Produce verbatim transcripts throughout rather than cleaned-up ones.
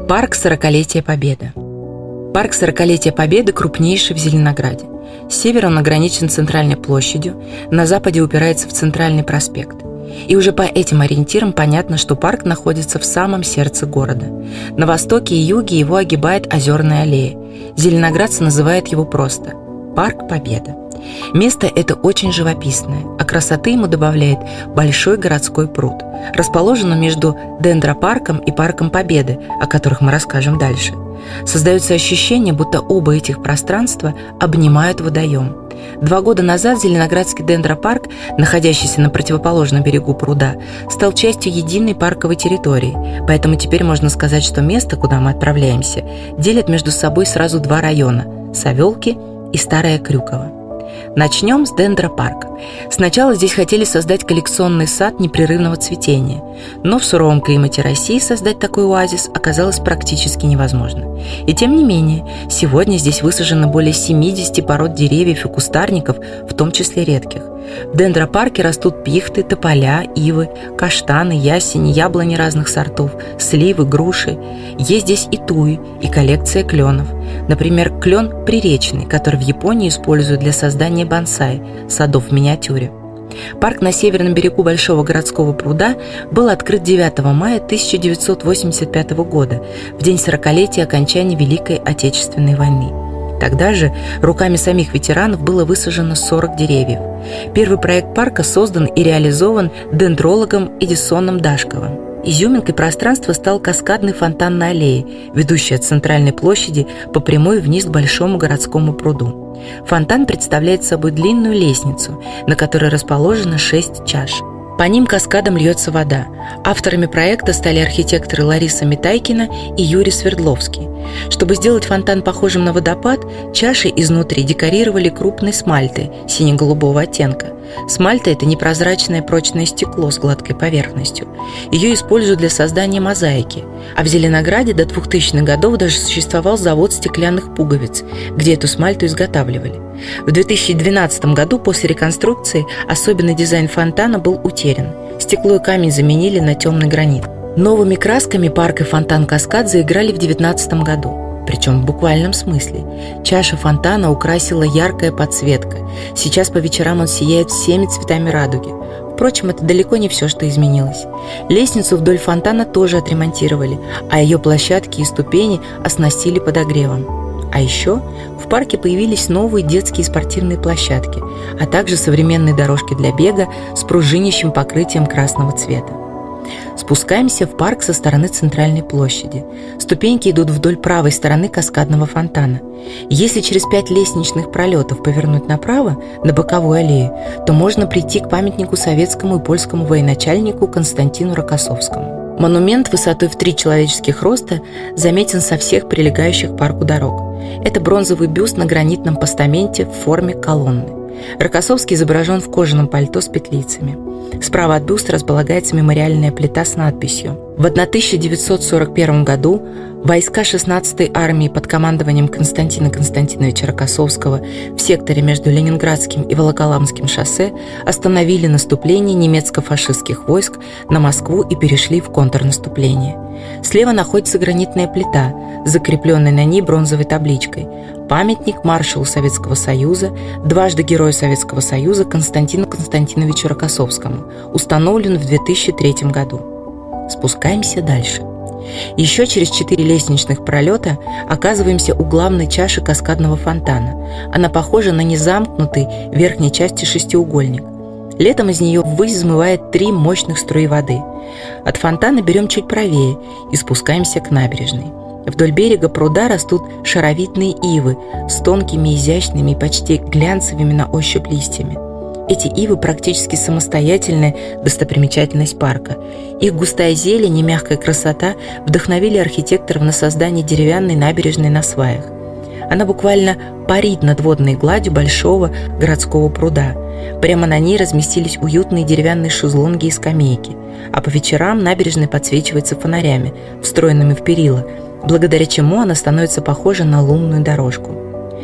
Парк сорокалетия Победы. Парк сорокалетия Победы крупнейший в Зеленограде. С севера он ограничен центральной площадью, на западе упирается в Центральный проспект. И уже по этим ориентирам понятно, что парк находится в самом сердце города. На востоке и юге его огибает Озерная аллея. Зеленоградцы называют его просто «Парк Победы». Место это очень живописное, а красоты ему добавляет большой городской пруд. Расположен он между Дендропарком и Парком Победы, о которых мы расскажем дальше. Создается ощущение, будто оба этих пространства обнимают водоем. Два года назад Зеленоградский Дендропарк, находящийся на противоположном берегу пруда, стал частью единой парковой территории, поэтому теперь можно сказать, что место, куда мы отправляемся, делит между собой сразу два района – Савелки и Старое Крюково. Начнем с Дендропарка. Сначала здесь хотели создать коллекционный сад непрерывного цветения, но в суровом климате России создать такой оазис оказалось практически невозможно. И тем не менее, сегодня здесь высажено более семидесяти пород деревьев и кустарников, в том числе редких. В Дендропарке растут пихты, тополя, ивы, каштаны, ясени, яблони разных сортов, сливы, груши. Есть здесь и туи, и коллекция кленов. Например, клен приречный, который в Японии используют для создания бонсай, садов в миниатюре. Парк на северном берегу Большого городского пруда был открыт девятого мая тысяча девятьсот восемьдесят пятого года, в день сорокалетия окончания Великой Отечественной войны. Тогда же руками самих ветеранов было высажено сорок деревьев. Первый проект парка создан и реализован дендрологом Эдисоном Дашковым. Изюминкой пространства стал каскадный фонтан на аллее, ведущий от центральной площади по прямой вниз к Большому городскому пруду. Фонтан представляет собой длинную лестницу, на которой расположено шесть чаш. По ним каскадом льется вода. Авторами проекта стали архитекторы Лариса Митайкина и Юрий Свердловский. Чтобы сделать фонтан похожим на водопад, чаши изнутри декорировали крупной смальтой сине-голубого оттенка. Смальта – это непрозрачное прочное стекло с гладкой поверхностью. Ее используют для создания мозаики. А в Зеленограде до двухтысячных годов даже существовал завод стеклянных пуговиц, где эту смальту изготавливали. В две тысячи двенадцатом году после реконструкции особенный дизайн фонтана был утерян. Стекло и камень заменили на темный гранит. Новыми красками парк и фонтан-каскад заиграли в девятнадцатом году. Причем в буквальном смысле. Чаша фонтана украсила яркая подсветка. Сейчас по вечерам он сияет всеми цветами радуги. Впрочем, это далеко не все, что изменилось. Лестницу вдоль фонтана тоже отремонтировали, а ее площадки и ступени оснастили подогревом. А еще в парке появились новые детские спортивные площадки, а также современные дорожки для бега с пружинящим покрытием красного цвета. Спускаемся в парк со стороны центральной площади. Ступеньки идут вдоль правой стороны каскадного фонтана. Если через пять лестничных пролетов повернуть направо, на боковую аллею, то можно прийти к памятнику советскому и польскому военачальнику Константину Рокоссовскому. Монумент высотой в три человеческих роста заметен со всех прилегающих к парку дорог. Это бронзовый бюст на гранитном постаменте в форме колонны. Рокоссовский изображен в кожаном пальто с петлицами. Справа от бюста располагается мемориальная плита с надписью. В тысяча девятьсот сорок первом году войска шестнадцатой армии под командованием Константина Константиновича Рокоссовского в секторе между Ленинградским и Волоколамским шоссе остановили наступление немецко-фашистских войск на Москву и перешли в контрнаступление. Слева находится гранитная плита, закрепленная на ней бронзовой табличкой. Памятник маршалу Советского Союза, дважды Герою Советского Союза Константину Константиновичу Рокоссовскому, установлен в две тысячи третьем году. Спускаемся дальше. Еще через четыре лестничных пролета оказываемся у главной чаши каскадного фонтана. Она похожа на незамкнутый в верхней части шестиугольник. Летом из нее ввысь взмывает три мощных струи воды. От фонтана берем чуть правее и спускаемся к набережной. Вдоль берега пруда растут шаровидные ивы с тонкими, изящными и почти глянцевыми на ощупь листьями. Эти ивы практически самостоятельная достопримечательность парка. Их густая зелень и мягкая красота вдохновили архитекторов на создание деревянной набережной на сваях. Она буквально парит над водной гладью большого городского пруда. Прямо на ней разместились уютные деревянные шезлонги и скамейки, а по вечерам набережная подсвечивается фонарями, встроенными в перила, благодаря чему она становится похожа на лунную дорожку.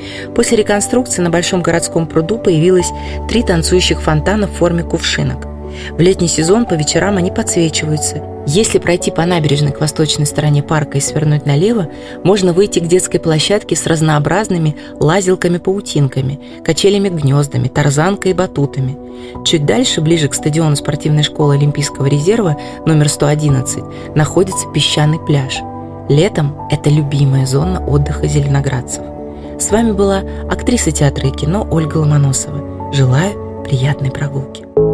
После реконструкции на Большом городском пруду появилось три танцующих фонтана в форме кувшинок. В летний сезон по вечерам они подсвечиваются. Если пройти по набережной к восточной стороне парка и свернуть налево, можно выйти к детской площадке с разнообразными лазилками-паутинками, качелями-гнездами, тарзанкой и батутами. Чуть дальше, ближе к стадиону спортивной школы Олимпийского резерва номер сто одиннадцать, находится песчаный пляж. Летом это любимая зона отдыха зеленоградцев. С вами была актриса театра и кино Ольга Ломоносова. Желаю приятной прогулки.